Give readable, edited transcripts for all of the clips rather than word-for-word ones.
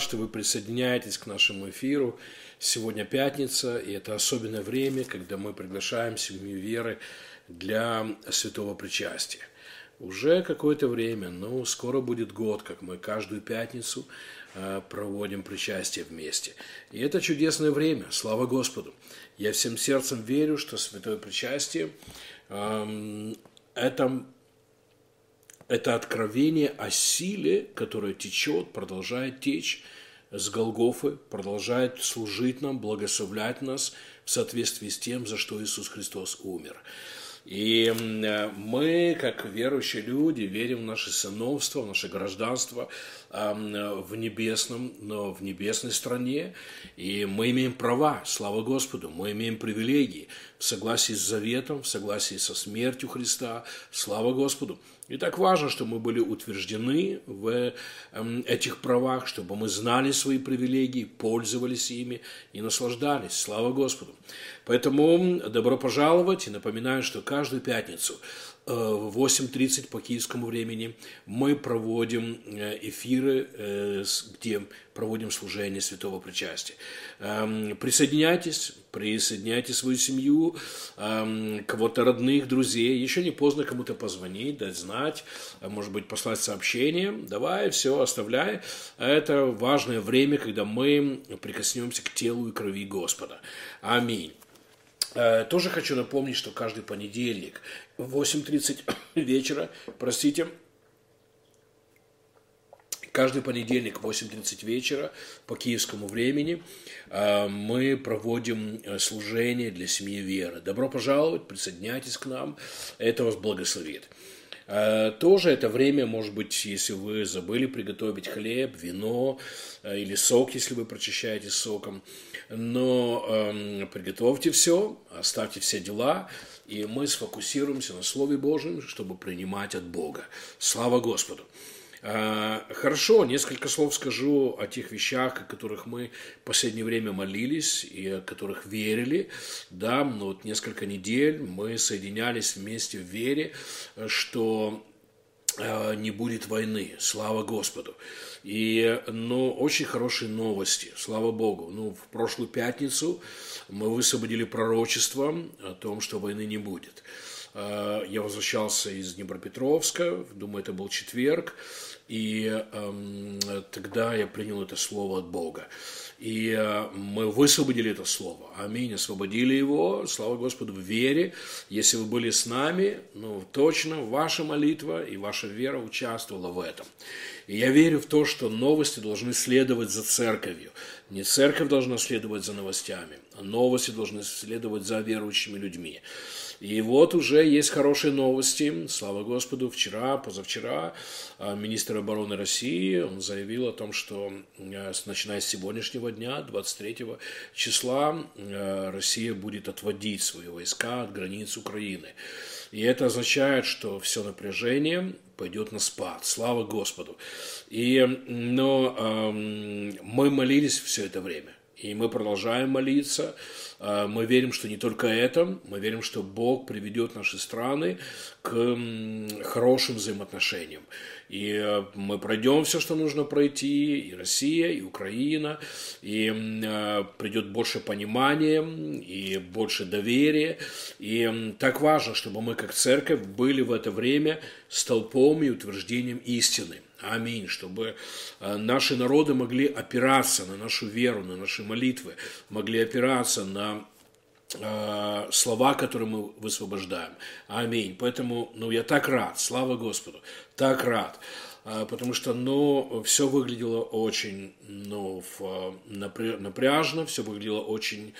что вы присоединяетесь к нашему эфиру. Сегодня пятница, и это особенное время, когда мы приглашаем семью веры для святого причастия. Уже какое-то время, скоро будет год, как мы каждую пятницу проводим причастие вместе. И это чудесное время, слава Господу. Я всем сердцем верю, что святое причастие это откровение о силе, которая течет, продолжает течь с Голгофы, продолжает служить нам, благословлять нас в соответствии с тем, за что Иисус Христос умер. И мы, как верующие люди, верим в наше сыновство, в наше гражданство в небесном, но в небесной стране. И мы имеем права, слава Господу, мы имеем привилегии в согласии с заветом, в согласии со смертью Христа, слава Господу. И так важно, что мы были утверждены в этих правах, чтобы мы знали свои привилегии, пользовались ими и наслаждались. Слава Господу. Поэтому добро пожаловать. И напоминаю, что каждую пятницу в 8:30 по киевскому времени мы проводим эфиры, где проводим служение святого причастия. Присоединяйтесь свою семью, кого-то родных, друзей. Еще не поздно кому-то позвонить, дать знать, может быть, послать сообщение. Давай, все, оставляй. Это важное время, когда мы прикоснемся к телу и крови Господа. Аминь. Тоже хочу напомнить, что каждый понедельник в 8:30 вечера, каждый понедельник в 8:30 вечера по киевскому времени мы проводим служение для семьи веры. Добро пожаловать, присоединяйтесь к нам, это вас благословит. Тоже это время, может быть, если вы забыли приготовить хлеб, вино или сок, если вы прочищаете соком, но приготовьте все, оставьте все дела, и мы сфокусируемся на Слове Божьем, чтобы принимать от Бога. Слава Господу! Хорошо, несколько слов скажу о тех вещах, о которых мы в последнее время молились и о которых верили. Да, несколько недель мы соединялись вместе в вере, что не будет войны. Слава Господу. И, очень хорошие новости. Слава Богу. В прошлую пятницу мы высвободили пророчество о том, что войны не будет. Я возвращался из Днепропетровска, думаю, это был четверг, и тогда я принял это слово от Бога. И мы высвободили это слово. Аминь. Освободили его. Слава Господу в вере. Если вы были с нами, точно ваша молитва и ваша вера участвовала в этом. И я верю в то, что новости должны следовать за церковью. Не церковь должна следовать за новостями, а новости должны следовать за верующими людьми. И вот уже есть хорошие новости. Слава Господу, позавчера министр обороны России, он заявил о том, что начиная с сегодняшнего дня, 23 числа, Россия будет отводить свои войска от границ Украины. И это означает, что все напряжение пойдет на спад. Слава Господу. Но мы молились все это время. И мы продолжаем молиться. Мы верим, что не только это. Мы верим, что Бог приведет наши страны к хорошим взаимоотношениям. И мы пройдем все, что нужно пройти. И Россия, и Украина. И придет больше понимания, и больше доверия. И так важно, чтобы мы, как церковь, были в это время столпом и утверждением истины. Аминь. Чтобы наши народы могли опираться на нашу веру, на наши молитвы, могли опираться на слова, которые мы высвобождаем. Аминь. Поэтому, я так рад. Слава Господу. Так рад. Потому что, все выглядело очень, напряжно, все выглядело очень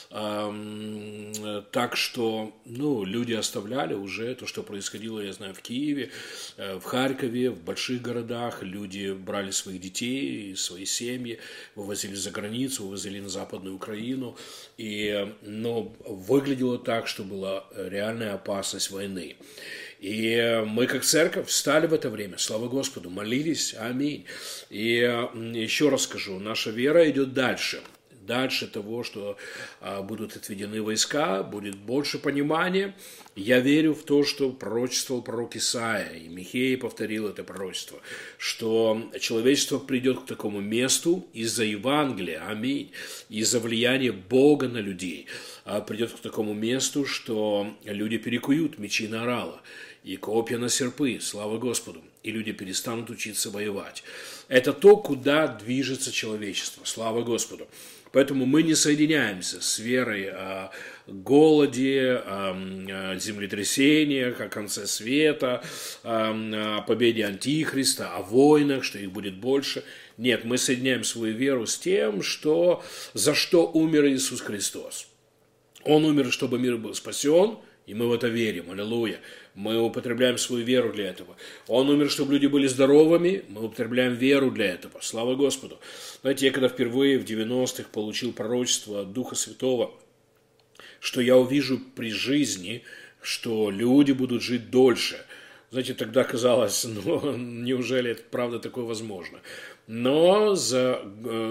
так, что, люди оставляли уже то, что происходило, я знаю, в Киеве, в Харькове, в больших городах. Люди брали своих детей, свои семьи, вывозили за границу, вывозили на Западную Украину. И, выглядело так, что была реальная опасность войны. И мы, как церковь, встали в это время, слава Господу, молились, аминь. И еще раз скажу, наша вера идет дальше. дальше того, что будут отведены войска, будет больше понимания. Я верю в то, что пророчествовал пророк Исаия, и Михей повторил это пророчество, что человечество придет к такому месту из-за Евангелия, аминь, из-за влияния Бога на людей, придет к такому месту, что люди перекуют мечи на орала и копья на серпы, слава Господу, и люди перестанут учиться воевать. Это то, куда движется человечество, слава Господу. Поэтому мы не соединяемся с верой о голоде, о землетрясениях, о конце света, о победе Антихриста, о войнах, что их будет больше. Нет, мы соединяем свою веру с тем, за что умер Иисус Христос. Он умер, чтобы мир был спасен, и мы в это верим, аллилуйя. Мы употребляем свою веру для этого. Он умер, чтобы люди были здоровыми, мы употребляем веру для этого. Слава Господу. Знаете, я когда впервые в 90-х получил пророчество от Духа Святого, что я увижу при жизни, что люди будут жить дольше. Знаете, тогда казалось, неужели это правда такое возможно? Но за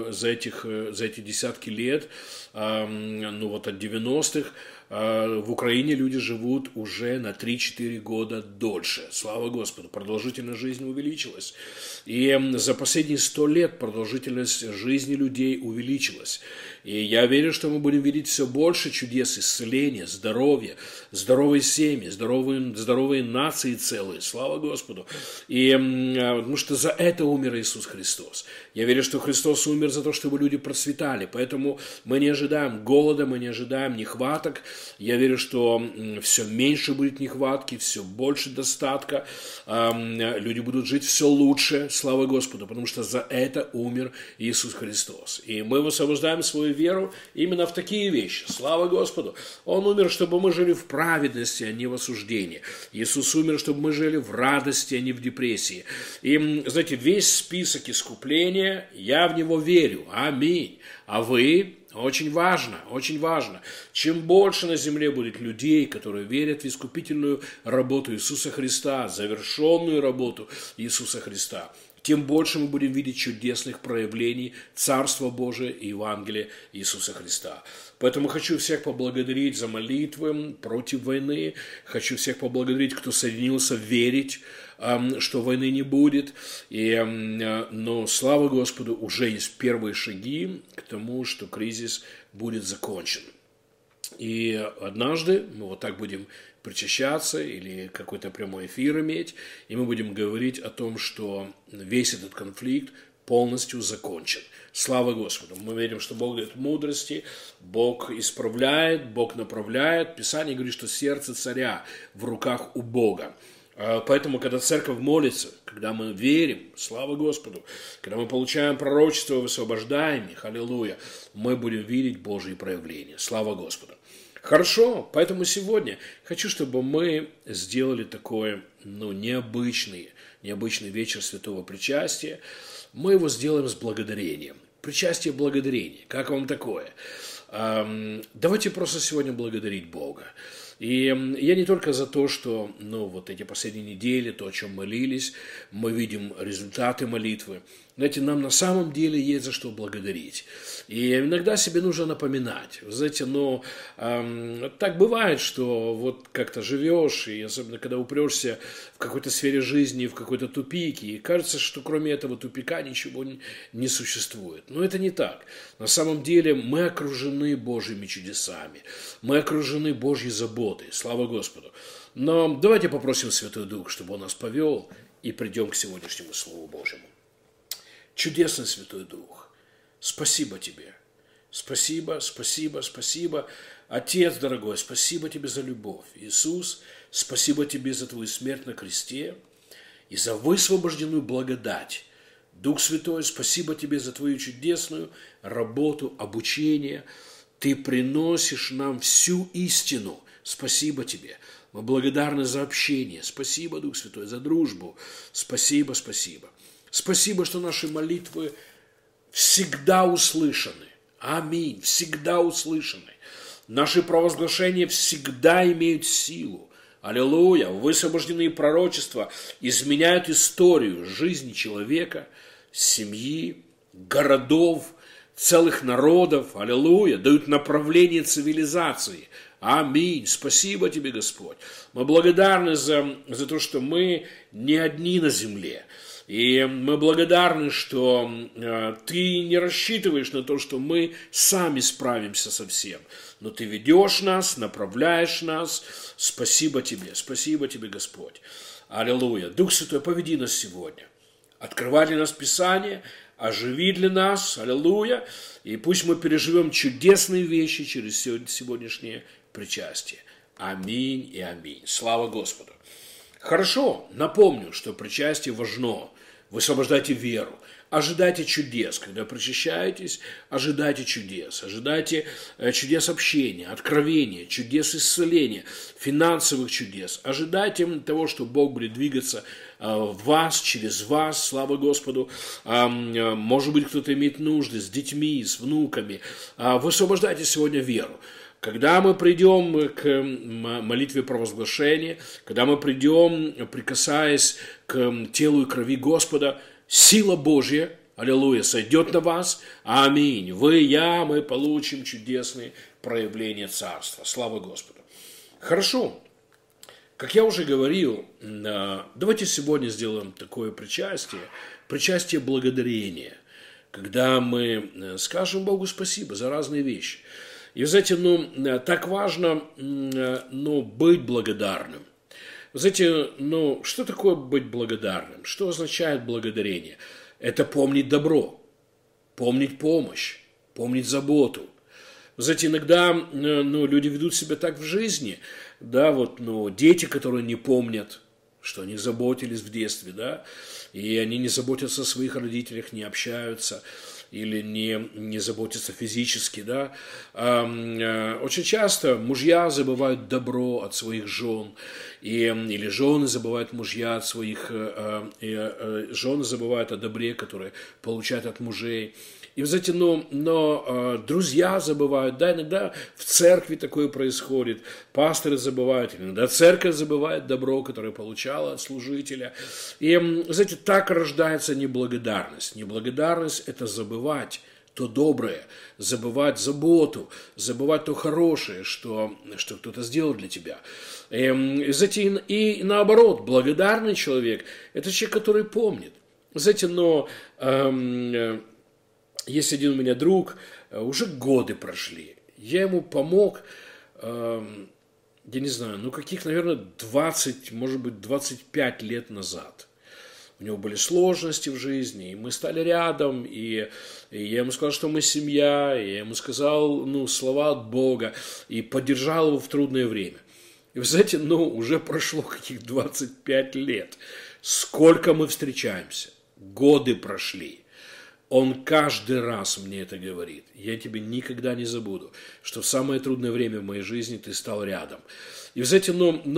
эти десятки лет, от 90-х, в Украине люди живут уже на 3-4 года дольше. Слава Господу, продолжительность жизни увеличилась. И за последние 100 лет продолжительность жизни людей увеличилась. И я верю, что мы будем видеть все больше чудес исцеления, здоровья, здоровые семьи, здоровые нации целые. Слава Господу. Потому что за это умер Иисус Христос. Я верю, что Христос умер за то, чтобы люди процветали. Поэтому мы не ожидаем голода, мы не ожидаем нехваток. Я верю, что все меньше будет нехватки, все больше достатка. Люди будут жить все лучше. Слава Господу. Потому что за это умер Иисус Христос. И мы высвобождаем свою веру именно в такие вещи. Слава Господу. Он умер, чтобы мы жили в праведности, а не в осуждении. Иисус умер, чтобы мы жили в радости, а не в депрессии. И, знаете, весь список искупления, я в него верю. Аминь. А вы? Очень важно, очень важно. Чем больше на земле будет людей, которые верят в искупительную работу Иисуса Христа, завершенную работу Иисуса Христа, тем больше мы будем видеть чудесных проявлений Царства Божия и Евангелия Иисуса Христа. Поэтому хочу всех поблагодарить за молитвы против войны. Хочу всех поблагодарить, кто соединился верить, что войны не будет. Но, слава Господу, уже есть первые шаги к тому, что кризис будет закончен. И однажды мы вот так будем причащаться или какой-то прямой эфир иметь, и мы будем говорить о том, что весь этот конфликт полностью закончен. Слава Господу! Мы верим, что Бог дает мудрости, Бог исправляет, Бог направляет. Писание говорит, что сердце царя в руках у Бога. Поэтому, когда церковь молится, когда мы верим, слава Господу, когда мы получаем пророчество, высвобождаем их, аллилуйя, мы будем видеть Божьи проявления. Слава Господу! Хорошо, поэтому сегодня хочу, чтобы мы сделали такой, необычный вечер святого причастия. Мы его сделаем с благодарением. Причастие благодарения. Как вам такое? Давайте просто сегодня благодарить Бога. И я не только за то, что, эти последние недели, то, о чем молились, мы видим результаты молитвы. Знаете, нам на самом деле есть за что благодарить. И иногда себе нужно напоминать. Знаете, так бывает, что вот как-то живешь, и особенно когда упрешься в какой-то сфере жизни, в какой-то тупик, и кажется, что кроме этого тупика ничего не существует. Но это не так. На самом деле мы окружены Божьими чудесами. Мы окружены Божьей заботой. Слава Господу. Но давайте попросим Святой Дух, чтобы Он нас повел, и придем к сегодняшнему Слову Божьему. Чудесный Святой Дух, спасибо Тебе. Спасибо, спасибо, спасибо. Отец дорогой, спасибо Тебе за любовь. Иисус, спасибо Тебе за Твою смерть на кресте и за высвобожденную благодать. Дух Святой, спасибо Тебе за Твою чудесную работу, обучение. Ты приносишь нам всю истину. Спасибо Тебе. Мы благодарны за общение. Спасибо, Дух Святой, за дружбу. Спасибо, спасибо. Спасибо, что наши молитвы всегда услышаны. Аминь. Всегда услышаны. Наши провозглашения всегда имеют силу. Аллилуйя. Высвобожденные пророчества изменяют историю жизни человека, семьи, городов, целых народов, аллилуйя, дают направление цивилизации. Аминь. Спасибо тебе, Господь. Мы благодарны за то, что мы не одни на земле. И мы благодарны, что ты не рассчитываешь на то, что мы сами справимся со всем. Но ты ведешь нас, направляешь нас. Спасибо тебе, Господь. Аллилуйя. Дух Святой, поведи нас сегодня. Открывай для нас Писание, оживи для нас. Аллилуйя. И пусть мы переживем чудесные вещи через сегодняшнее причастие. Аминь и аминь. Слава Господу. Хорошо, напомню, что причастие важно. Высвобождайте веру. Ожидайте чудес. Когда причащаетесь, ожидайте чудес. Ожидайте чудес общения, откровения, чудес исцеления, финансовых чудес. Ожидайте того, что Бог будет двигаться в вас, через вас. Слава Господу. Может быть, кто-то имеет нужды с детьми, с внуками. Высвобождайте сегодня веру. Когда мы придем к молитве провозглашения, когда мы придем, прикасаясь к телу и крови Господа, сила Божья, аллилуйя, сойдет на вас. Аминь. Вы, я, мы получим чудесные проявления Царства. Слава Господу. Хорошо. Как я уже говорил, давайте сегодня сделаем такое причастие благодарения, когда мы скажем Богу спасибо за разные вещи. И, вы знаете, так важно, быть благодарным. Вы знаете, что такое быть благодарным? Что означает благодарение? Это помнить добро, помнить помощь, помнить заботу. Вы знаете, иногда, люди ведут себя так в жизни, да, дети, которые не помнят, что они заботились в детстве, да, и они не заботятся о своих родителях, не общаются, или не заботятся физически, да. Очень часто мужья забывают добро от своих жен, или жены забывают мужья от своих, жены забывают о добре, которое получают от мужей. И, вы знаете, друзья забывают, да, иногда в церкви такое происходит, пасторы забывают, иногда церковь забывает добро, которое получала от служителя. И, знаете, так рождается неблагодарность. Неблагодарность – это забывать то доброе, забывать заботу, забывать то хорошее, что кто-то сделал для тебя. Знаете, и наоборот, благодарный человек – это человек, который помнит. Знаете, есть один у меня друг, уже годы прошли. Я ему помог, я не знаю, каких, наверное, 20, может быть, 25 лет назад. У него были сложности в жизни, и мы стали рядом, и я ему сказал, что мы семья, и я ему сказал, слова от Бога, и поддержал его в трудное время. И вы знаете, уже прошло каких 25 лет. Сколько мы встречаемся, годы прошли. Он каждый раз мне это говорит. Я тебе никогда не забуду, что в самое трудное время в моей жизни ты стал рядом. И, вы знаете,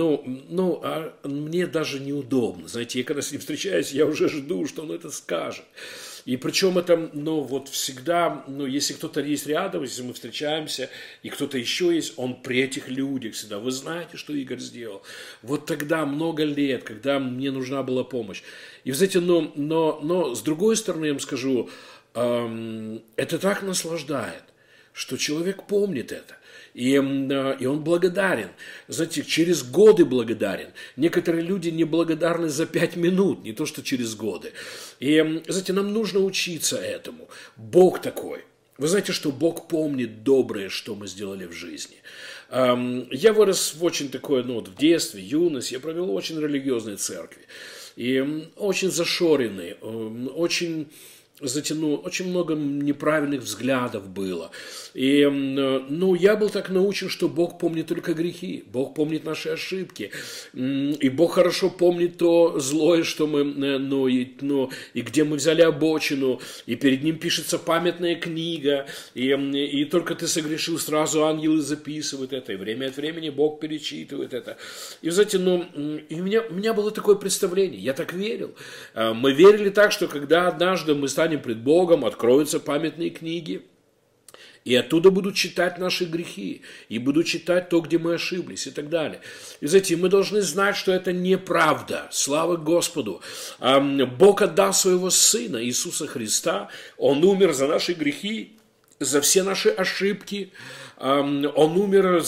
мне даже неудобно. Знаете, я когда с ним встречаюсь, я уже жду, что он это скажет. И причем это, всегда, если кто-то есть рядом, если мы встречаемся, и кто-то еще есть, он при этих людях всегда. Вы знаете, что Игорь сделал? Вот тогда, много лет, когда мне нужна была помощь. И, вы знаете, но с другой стороны, я вам скажу, это так наслаждает, что человек помнит это. И он благодарен. Знаете, через годы благодарен. Некоторые люди не благодарны за 5 минут, не то что через годы. И, знаете, нам нужно учиться этому. Бог такой. Вы знаете, что Бог помнит доброе, что мы сделали в жизни. Я вырос в очень такой, в детстве, юность. Я провел очень религиозной церкви. И очень зашоренный, очень... Знаете, очень много неправильных взглядов было. И, я был так научен, что Бог помнит только грехи. Бог помнит наши ошибки. И Бог хорошо помнит то злое, что мы, и где мы взяли обочину. И перед Ним пишется памятная книга. И только ты согрешил, сразу ангелы записывают это. И время от времени Бог перечитывает это. И, знаете, и у меня было такое представление. Я так верил. Мы верили так, что когда однажды мы станем пред Богом, откроются памятные книги, и оттуда будут читать наши грехи, и будут читать то, где мы ошиблись, и так далее. И знаете, мы должны знать, что это неправда. Слава Господу. Бог отдал своего Сына, Иисуса Христа, Он умер за наши грехи, за все наши ошибки. Он умер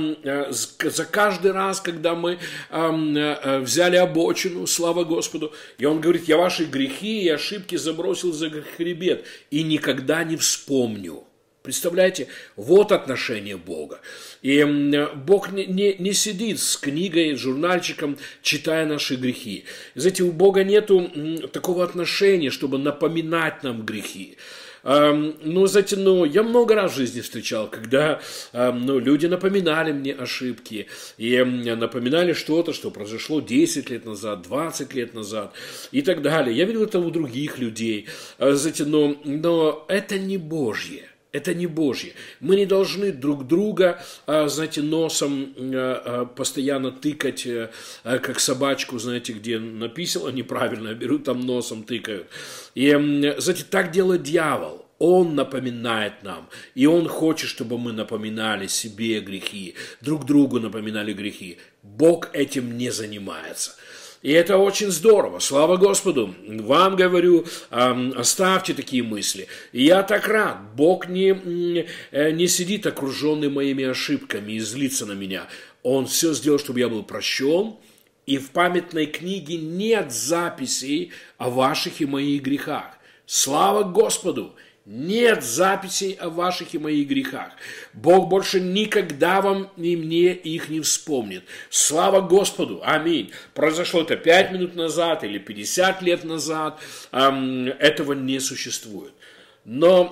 за каждый раз, когда мы взяли обочину, слава Господу. И Он говорит, я ваши грехи и ошибки забросил за хребет и никогда не вспомню. Представляете, вот отношение Бога. И Бог не сидит с книгой, журнальчиком, читая наши грехи. Знаете, у Бога нету такого отношения, чтобы напоминать нам грехи. Знаете, я много раз в жизни встречал, когда люди напоминали мне ошибки, и напоминали что-то, что произошло 10 лет назад, 20 лет назад и так далее. Я видел это у других людей, знаете, но это не Божье. Это не Божье. Мы не должны друг друга, знаете, носом постоянно тыкать, как собачку, знаете, где написано неправильно, берут там носом тыкают. И, знаете, так делает дьявол. Он напоминает нам, и он хочет, чтобы мы напоминали себе грехи, друг другу напоминали грехи. Бог этим не занимается. И это очень здорово, слава Господу. Вам говорю, оставьте такие мысли. И я так рад, Бог не сидит окруженный моими ошибками и злится на меня. Он все сделал, чтобы я был прощен. И в памятной книге нет записей о ваших и моих грехах. Слава Господу! Нет записей о ваших и моих грехах. Бог больше никогда вам и мне их не вспомнит. Слава Господу! Аминь. Произошло это 5 минут назад или 50 лет назад. Этого не существует. Но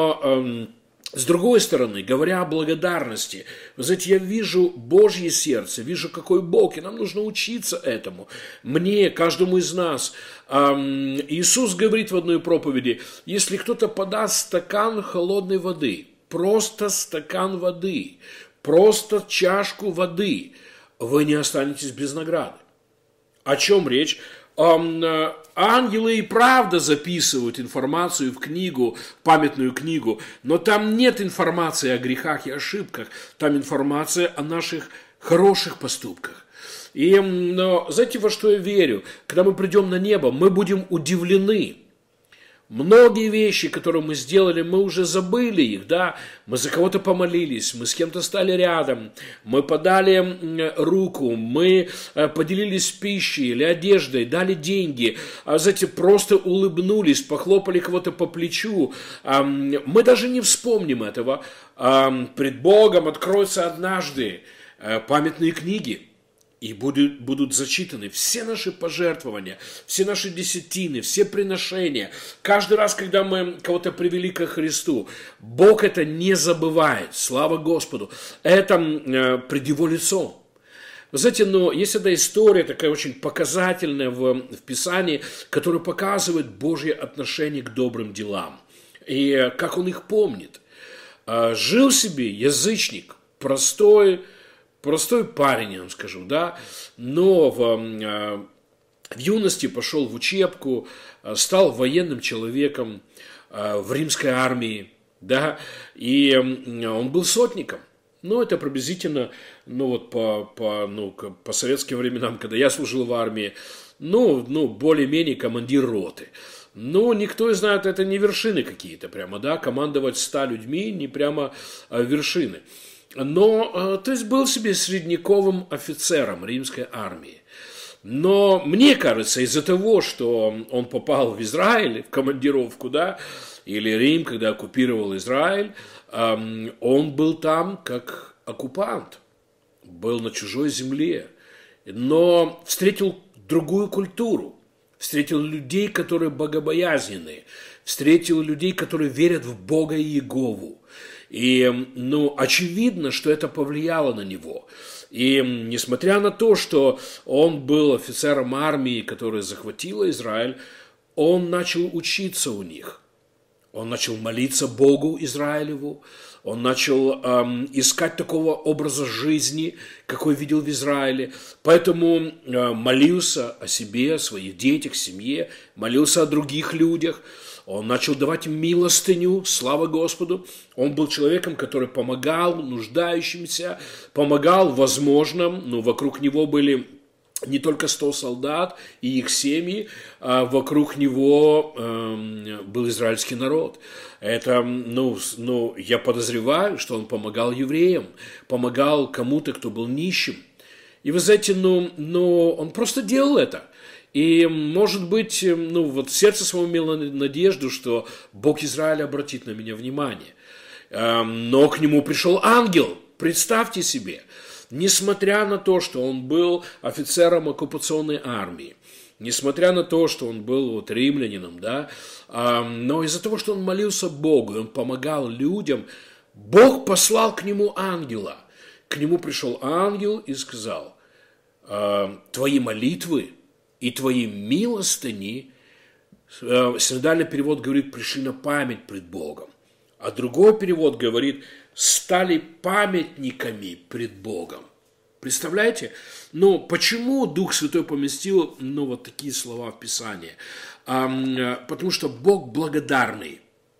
с другой стороны, говоря о благодарности, вы знаете, я вижу Божье сердце, вижу, какой Бог, и нам нужно учиться этому. Мне, каждому из нас. Иисус говорит в одной проповеди, если кто-то подаст стакан холодной воды, просто стакан воды, просто чашку воды, вы не останетесь без награды. О чем речь? Ангелы и правда записывают информацию в книгу, памятную книгу, но там нет информации о грехах и ошибках, там информация о наших хороших поступках. Но знаете, во что я верю? Когда мы придем на небо, мы будем удивлены. Многие вещи, которые мы сделали, мы уже забыли их, да, мы за кого-то помолились, мы с кем-то стали рядом, мы подали руку, мы поделились пищей или одеждой, дали деньги, знаете, просто улыбнулись, похлопали кого-то по плечу, мы даже не вспомним этого, пред Богом откроются однажды памятные книги. И будут зачитаны все наши пожертвования, все наши десятины, все приношения. Каждый раз, когда мы кого-то привели ко Христу, Бог это не забывает. Слава Господу. Это пред Его лицом. Вы знаете, но есть одна история, такая очень показательная в Писании, которая показывает Божье отношение к добрым делам. И как Он их помнит. Жил себе язычник, простой парень, я вам скажу, да, но в юности пошел в учебку, стал военным человеком в римской армии, да, и он был сотником. Это приблизительно, по советским временам, когда я служил в армии, более-менее командир роты. Никто не знает, это не вершины какие-то прямо, да, командовать 100 людьми не прямо вершины. То есть был себе средневековым офицером римской армии. Но мне кажется, из-за того, что он попал в Израиль, в командировку, да, или Рим, когда оккупировал Израиль, он был там как оккупант, был на чужой земле, но встретил другую культуру, встретил людей, которые богобоязненные, встретил людей, которые верят в Бога Иегову. И, очевидно, что это повлияло на него. И несмотря на то, что он был офицером армии, которая захватила Израиль, он начал учиться у них. Он начал молиться Богу Израилеву. Он начал искать такого образа жизни, какой видел в Израиле. Поэтому молился о себе, о своих детях, семье, молился о других людях. Он начал давать милостыню, слава Господу. Он был человеком, который помогал нуждающимся, помогал возможным. Вокруг него были не только 100 солдат и их семьи, а вокруг него был израильский народ. Это, я подозреваю, что он помогал евреям, помогал кому-то, кто был нищим. И вы знаете, он просто делал это. И, может быть, в сердце своем имел надежду, что Бог Израиля обратит на меня внимание. Но к нему пришел ангел, представьте себе. Несмотря на то, что он был офицером оккупационной армии, несмотря на то, что он был римлянином, да, но из-за того, что он молился Богу, он помогал людям, Бог послал к нему ангела. К нему пришел ангел и сказал: твои молитвы и твои милостыни, синодальный перевод говорит, пришли на память пред Богом. А другой перевод говорит, стали памятниками пред Богом. Представляете? Почему Дух Святой поместил вот такие слова в Писании? Потому что Бог благодарный.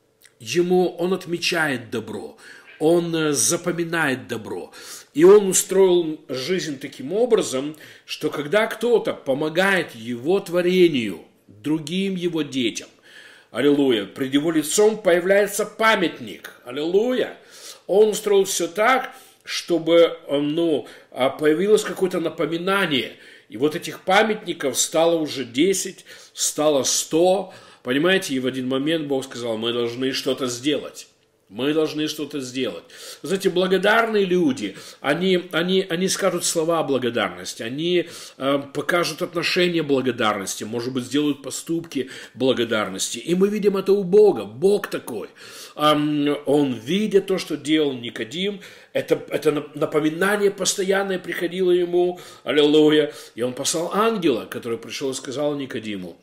Он отмечает добро, Он запоминает добро. И Он устроил жизнь таким образом, что когда кто-то помогает Его творению, другим Его детям, аллилуйя, пред Его лицом появляется памятник, аллилуйя. Он устроил все так, чтобы появилось какое-то напоминание. И вот этих памятников стало уже 10, стало 100. Понимаете, и в один момент Бог сказал: мы должны что-то сделать. Мы должны что-то сделать. Знаете, благодарные люди, они скажут слова благодарности, они покажут отношения благодарности, может быть, сделают поступки благодарности. И мы видим это у Бога. Бог такой. Он, видя то, что делал Никодим, это напоминание постоянное приходило ему, аллилуйя. И он послал ангела, который пришел и сказал Никодиму: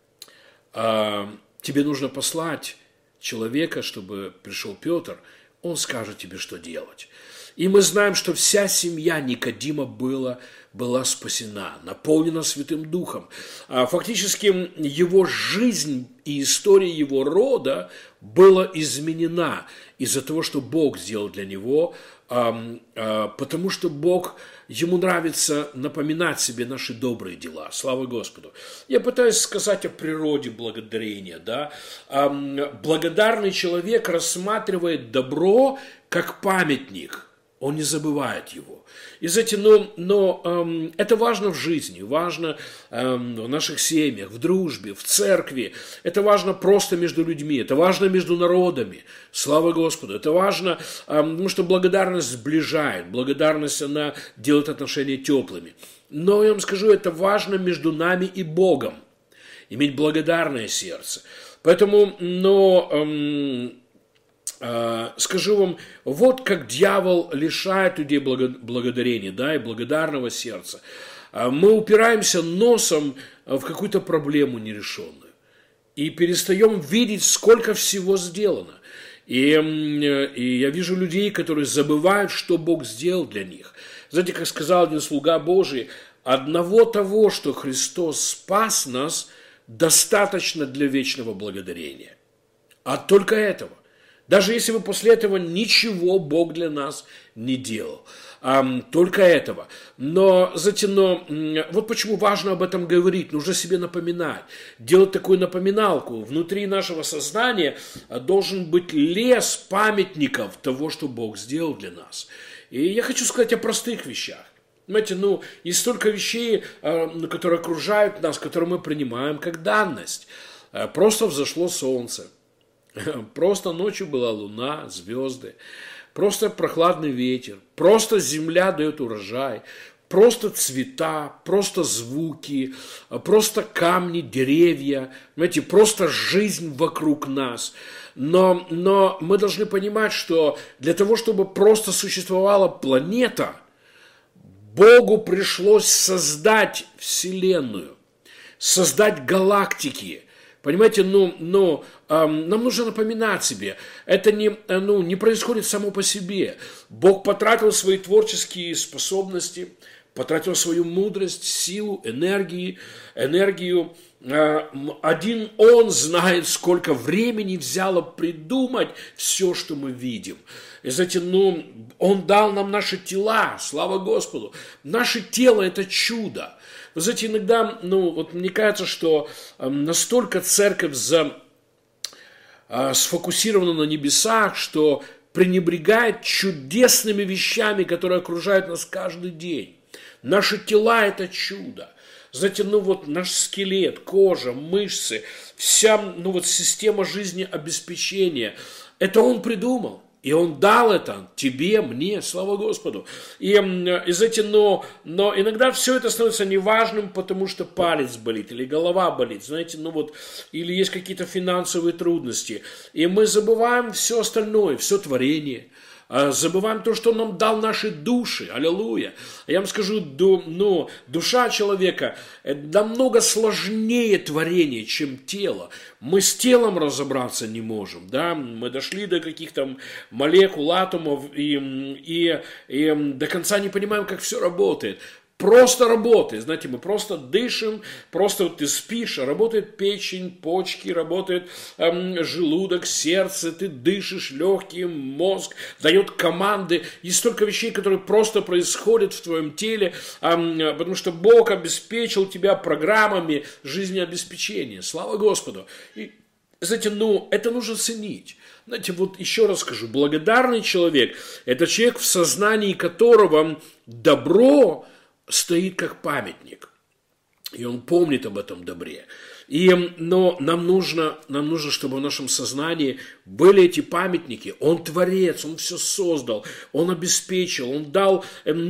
тебе нужно послать человека, чтобы пришел Петр, он скажет тебе, что делать. И мы знаем, что вся семья Никодима была спасена, наполнена Святым Духом. Фактически его жизнь и история его рода была изменена из-за того, что Бог сделал для него, потому что ему нравится напоминать себе наши добрые дела. Слава Господу. Я пытаюсь сказать о природе благодарения. Да? Благодарный человек рассматривает добро как памятник. Он не забывает его. И знаете, это важно в жизни, важно в наших семьях, в дружбе, в церкви. Это важно просто между людьми, это важно между народами. Слава Господу. Это важно, потому что благодарность сближает, благодарность, она делает отношения теплыми. Но я вам скажу, это важно между нами и Богом, иметь благодарное сердце. Поэтому, скажу вам, вот как дьявол лишает людей благодарения, да, и благодарного сердца. Мы упираемся носом в какую-то проблему нерешенную и перестаем видеть, сколько всего сделано. И я вижу людей, которые забывают, что Бог сделал для них. Знаете, как сказал один слуга Божий: одного того, что Христос спас нас, достаточно для вечного благодарения. А только этого. Даже если бы после этого ничего Бог для нас не делал. Только этого. Но вот почему важно об этом говорить. Нужно себе напоминать. Делать такую напоминалку. Внутри нашего сознания должен быть лес памятников того, что Бог сделал для нас. И я хочу сказать о простых вещах. Понимаете, есть столько вещей, которые окружают нас, которые мы принимаем как данность. Просто взошло солнце. Просто ночью была луна, звезды, просто прохладный ветер, просто земля дает урожай, просто цвета, просто звуки, просто камни, деревья, знаете, просто жизнь вокруг нас. Но мы должны понимать, что для того, чтобы просто существовала планета, Богу пришлось создать Вселенную, создать галактики. Понимаете, нам нужно напоминать себе, это не происходит само по себе. Бог потратил свои творческие способности, потратил свою мудрость, силу, энергию. Один Он знает, сколько времени взяло придумать все, что мы видим. И знаете, Он дал нам наши тела, слава Господу. Наше тело – это чудо. Вы знаете, иногда, мне кажется, что настолько церковь сфокусирована на небесах, что пренебрегает чудесными вещами, которые окружают нас каждый день. Наши тела – это чудо. Знаете, наш скелет, кожа, мышцы, вся, система жизнеобеспечения – это Он придумал. И Он дал это тебе, мне, слава Господу. И знаете, но иногда все это становится неважным, потому что палец болит или голова болит, знаете, или есть какие-то финансовые трудности. И мы забываем все остальное, все творение. Забываем то, что Он нам дал наши души. Аллилуйя. Я вам скажу, душа человека намного сложнее творения, чем тело. Мы с телом разобраться не можем. Да? Мы дошли до каких-то молекул, атомов и до конца не понимаем, как все работает. Просто работает, знаете, мы просто дышим, просто ты спишь, работает печень, почки, работает желудок, сердце, ты дышишь, легкие, мозг, дает команды. Есть столько вещей, которые просто происходят в твоем теле, потому что Бог обеспечил тебя программами жизнеобеспечения. Слава Господу! И, знаете, это нужно ценить. Знаете, еще раз скажу, благодарный человек – это человек, в сознании которого добро стоит как памятник, и он помнит об этом добре. Но нам нужно, чтобы в нашем сознании были эти памятники. Он творец, Он все создал, Он обеспечил, Он дал,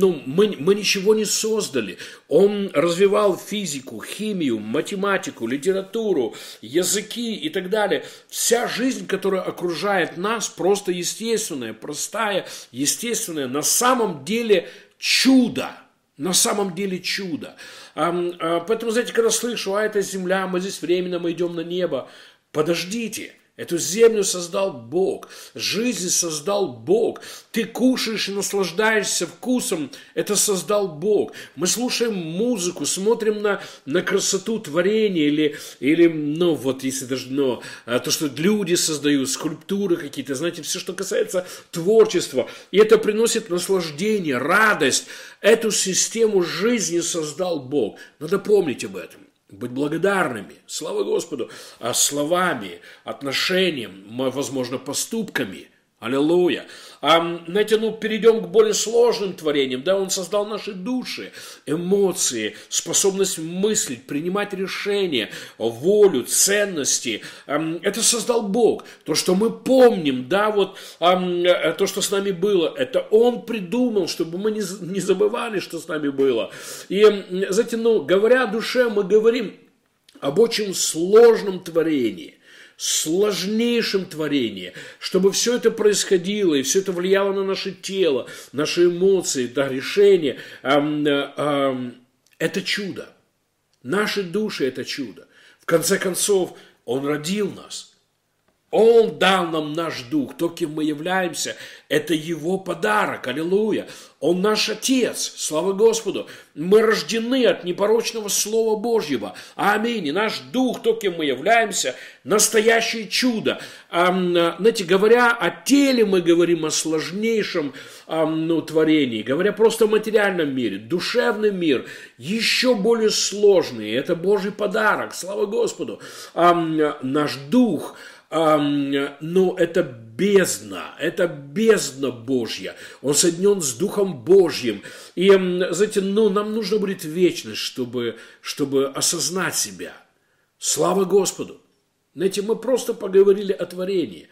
мы ничего не создали. Он развивал физику, химию, математику, литературу, языки и так далее. Вся жизнь, которая окружает нас, просто естественная, простая, естественная, на самом деле чудо. На самом деле чудо. Поэтому, знаете, когда слышу, это земля, мы здесь временно, мы идем на небо. Подождите, эту землю создал Бог, жизнь создал Бог. Ты кушаешь и наслаждаешься вкусом, это создал Бог. Мы слушаем музыку, смотрим на красоту творения, или если даже, то, что люди создают, скульптуры какие-то, знаете, все, что касается творчества. И это приносит наслаждение, радость. Эту систему жизни создал Бог. Надо помнить об этом. Быть благодарными, слава Господу, словами, отношением, возможно, поступками. Аллилуйя. Знаете, перейдем к более сложным творениям. Да, Он создал наши души, эмоции, способность мыслить, принимать решения, волю, ценности. Это создал Бог. То, что мы помним, да, то, что с нами было, это Он придумал, чтобы мы не забывали, что с нами было. И, знаете, говоря о душе, мы говорим об очень сложном творении. Сложнейшем творении, чтобы все это происходило, и все это влияло на наше тело, наши эмоции, решения. Это чудо. Наши души – это чудо. В конце концов, Он родил нас. Он дал нам наш дух. То, кем мы являемся, это Его подарок. Аллилуйя. Он наш Отец. Слава Господу. Мы рождены от непорочного Слова Божьего. Аминь. И наш дух, то, кем мы являемся, настоящее чудо. Знаете, говоря о теле, мы говорим о сложнейшем творении. Говоря просто о материальном мире, душевный мир еще более сложный. Это Божий подарок. Слава Господу. Наш дух, это бездна Божья. Он соединен с Духом Божьим. И, знаете, нам нужно будет вечность, чтобы осознать себя. Слава Господу. Знаете, мы просто поговорили о творении.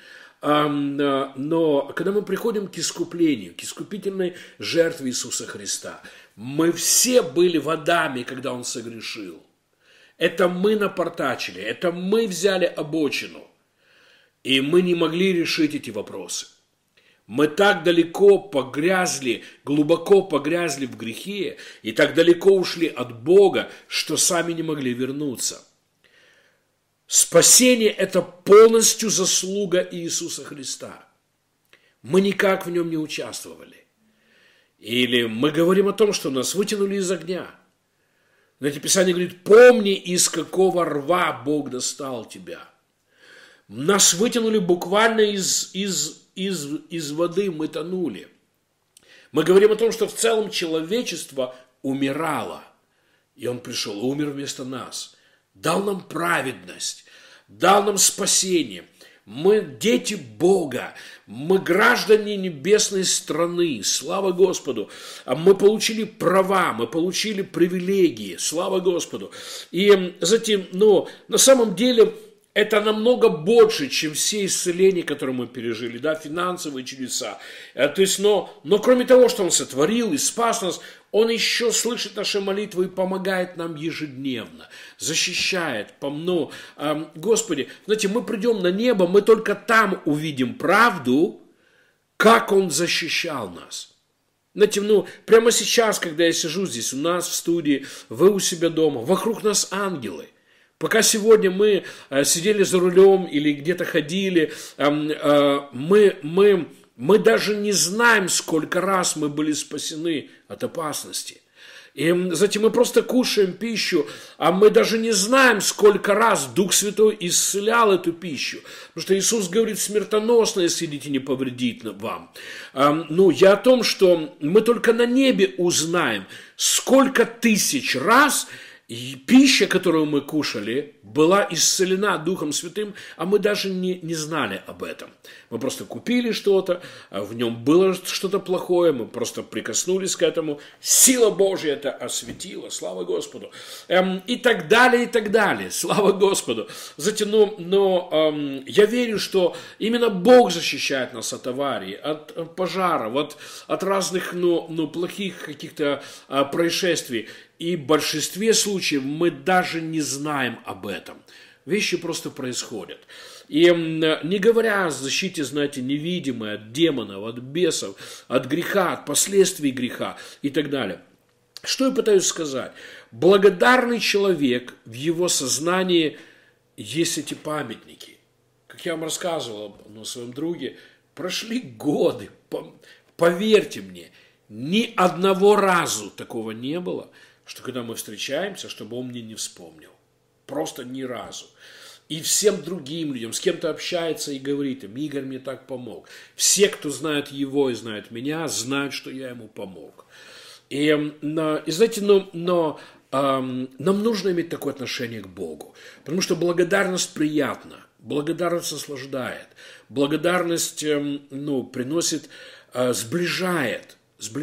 Но когда мы приходим к искуплению, к искупительной жертве Иисуса Христа, мы все были в Адаме, когда Он согрешил. Это мы напортачили, это мы взяли обочину. И мы не могли решить эти вопросы. Мы так далеко погрязли, глубоко погрязли в грехе, и так далеко ушли от Бога, что сами не могли вернуться. Спасение – это полностью заслуга Иисуса Христа. Мы никак в нем не участвовали. Или мы говорим о том, что нас вытянули из огня. Знаете, Писание говорит: помни, из какого рва Бог достал тебя. Нас вытянули буквально из воды, мы тонули. Мы говорим о том, что в целом человечество умирало. И Он пришел, умер вместо нас, дал нам праведность, дал нам спасение. Мы дети Бога, мы граждане небесной страны, слава Господу. Мы получили права, мы получили привилегии, слава Господу. И затем, на самом деле, это намного больше, чем все исцеления, которые мы пережили, да, финансовые чудеса. То есть, но кроме того, что Он сотворил и спас нас, Он еще слышит наши молитвы и помогает нам ежедневно, защищает. Господи, знаете, мы придем на небо, мы только там увидим правду, как Он защищал нас. Знаете, прямо сейчас, когда я сижу здесь у нас в студии, вы у себя дома, вокруг нас ангелы. Пока сегодня мы сидели за рулем или где-то ходили, мы даже не знаем, сколько раз мы были спасены от опасности. И затем мы просто кушаем пищу, а мы даже не знаем, сколько раз Дух Святой исцелял эту пищу. Потому что Иисус говорит, смертоносно, если едите, не повредит вам. Я о том, что мы только на небе узнаем, сколько тысяч раз пища, которую мы кушали, была исцелена Духом Святым, а мы даже не знали об этом. Мы просто купили что-то, в нем было что-то плохое, мы просто прикоснулись к этому. Сила Божья это осветила, слава Господу. И так далее, слава Господу. Затем, я верю, что именно Бог защищает нас от аварий, от пожаров, от разных, плохих каких-то происшествий. И в большинстве случаев мы даже не знаем об этом. Вещи просто происходят. И не говоря о защите, знаете, невидимой, от демонов, от бесов, от греха, от последствий греха и так далее. Что я пытаюсь сказать? Благодарный человек, в его сознании есть эти памятники. Как я вам рассказывал о своем друге, прошли годы, поверьте мне, ни одного разу такого не было, что когда мы встречаемся, чтобы он мне не вспомнил. Просто ни разу. И всем другим людям, с кем-то общается и говорит им, Игорь мне так помог. Все, кто знает его и знает меня, знают, что я ему помог. И знаете, нам нужно иметь такое отношение к Богу. Потому что благодарность приятна, благодарность наслаждает, благодарность приносит, сближает.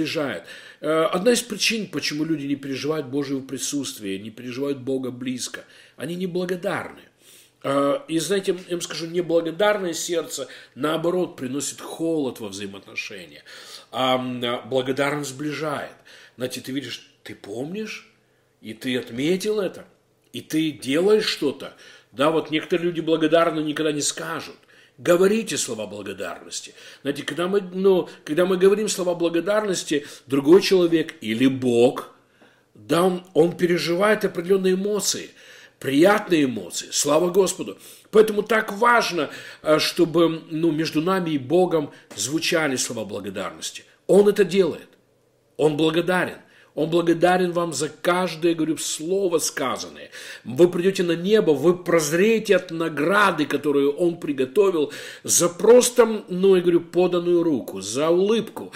Одна из причин, почему люди не переживают Божьего присутствия, не переживают Бога близко, они неблагодарны. И знаете, я вам скажу, неблагодарное сердце, наоборот, приносит холод во взаимоотношениях, а благодарность сближает. Знаете, ты видишь, ты помнишь, и ты отметил это, и ты делаешь что-то. Да, вот некоторые люди благодарны никогда не скажут. Говорите слова благодарности. Знаете, когда мы говорим слова благодарности, другой человек или Бог, да, он переживает определенные эмоции, приятные эмоции. Слава Господу. Поэтому так важно, чтобы между нами и Богом звучали слова благодарности. Он это делает. Он благодарен. Он благодарен вам за каждое, говорю, слово сказанное. Вы придете на небо, вы прозреете от награды, которую Он приготовил, за просто, я говорю, поданную руку, за улыбку,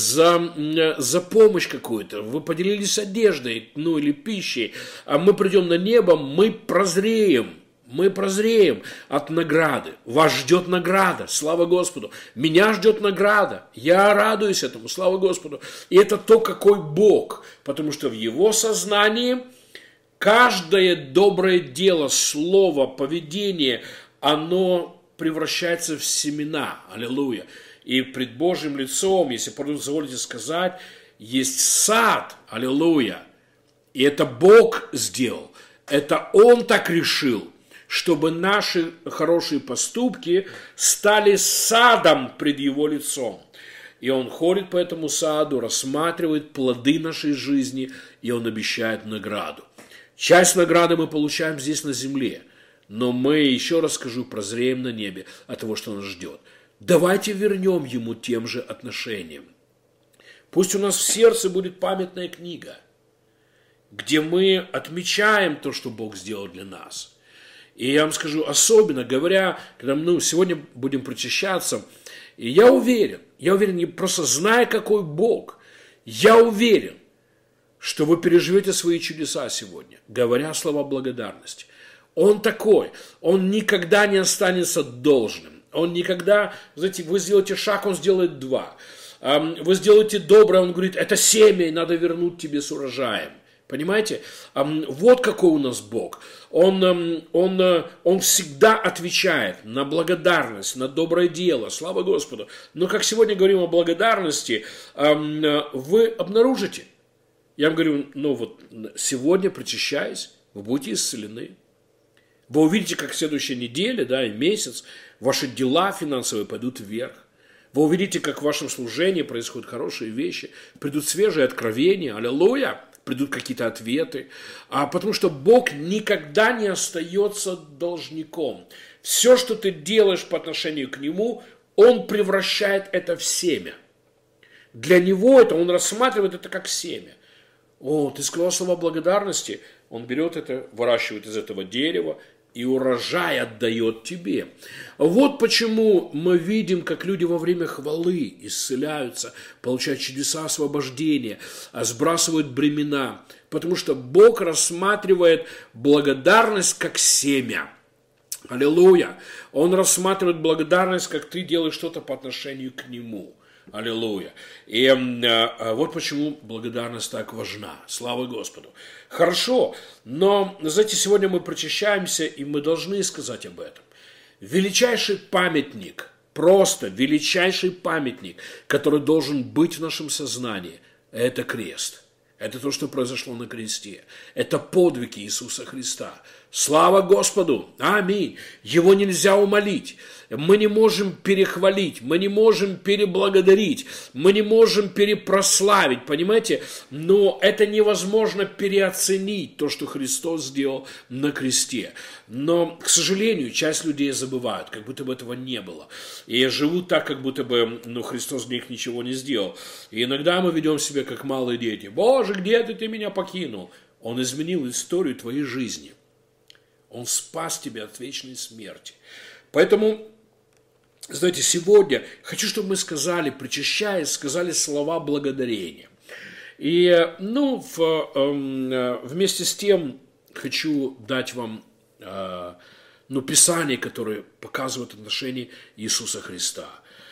за помощь какую-то. Вы поделились одеждой, или пищей. А мы придем на небо, мы прозреем. Мы прозреем от награды. Вас ждет награда. Слава Господу. Меня ждет награда. Я радуюсь этому. Слава Господу. И это то, какой Бог. Потому что в Его сознании каждое доброе дело, слово, поведение, оно превращается в семена. Аллилуйя. И пред Божьим лицом, если позволите сказать, есть сад. Аллилуйя. И это Бог сделал. Это Он так решил, чтобы наши хорошие поступки стали садом пред Его лицом. И Он ходит по этому саду, рассматривает плоды нашей жизни, и Он обещает награду. Часть награды мы получаем здесь на земле, но мы, еще раз скажу, прозреем на небе от того, что нас ждет. Давайте вернем Ему тем же отношением. Пусть у нас в сердце будет памятная книга, где мы отмечаем то, что Бог сделал для нас. И я вам скажу, особенно говоря, когда мы сегодня будем причащаться, и я уверен, просто зная, какой Бог, я уверен, что вы переживете свои чудеса сегодня, говоря слова благодарности. Он такой, он никогда не останется должным. Он никогда, знаете, вы сделаете шаг, он сделает два. Вы сделаете доброе, он говорит, это семя, и надо вернуть тебе с урожаем. Понимаете? Вот какой у нас Бог. Он всегда отвечает на благодарность, на доброе дело. Слава Господу. Но как сегодня говорим о благодарности, вы обнаружите. Я вам говорю, сегодня, причащаясь, вы будете исцелены. Вы увидите, как в следующей неделе, и месяц ваши дела финансовые пойдут вверх. Вы увидите, как в вашем служении происходят хорошие вещи, придут свежие откровения, аллилуйя, придут какие-то ответы. Потому что Бог никогда не остается должником. Все, что ты делаешь по отношению к Нему, Он превращает это в семя. Для Него Он рассматривает это как семя. Ты сказал слова благодарности, Он берет это, выращивает из этого дерева, и урожай отдает тебе. Вот почему мы видим, как люди во время хвалы исцеляются, получают чудеса освобождения, сбрасывают бремена. Потому что Бог рассматривает благодарность как семя. Аллилуйя. Он рассматривает благодарность, как ты делаешь что-то по отношению к Нему. Аллилуйя. И вот почему благодарность так важна. Слава Господу. Хорошо, но, знаете, сегодня мы причащаемся, и мы должны сказать об этом. Величайший памятник, просто величайший памятник, который должен быть в нашем сознании, это крест. Это то, что произошло на кресте. Это подвиг Иисуса Христа. Слава Господу! Аминь! Его нельзя умолить. Мы не можем перехвалить, мы не можем переблагодарить, мы не можем перепрославить, понимаете? Но это невозможно переоценить, то, что Христос сделал на кресте. Но, к сожалению, часть людей забывают, как будто бы этого не было. И живут так, как будто бы Христос для них ничего не сделал. И иногда мы ведем себя, как малые дети. Боже, где ты меня покинул? Он изменил историю твоей жизни. Он спас тебя от вечной смерти. Поэтому, знаете, сегодня хочу, чтобы мы сказали, причащаясь, сказали слова благодарения. И, вместе с тем хочу дать вам, Писание, которое показывает отношение Иисуса Христа.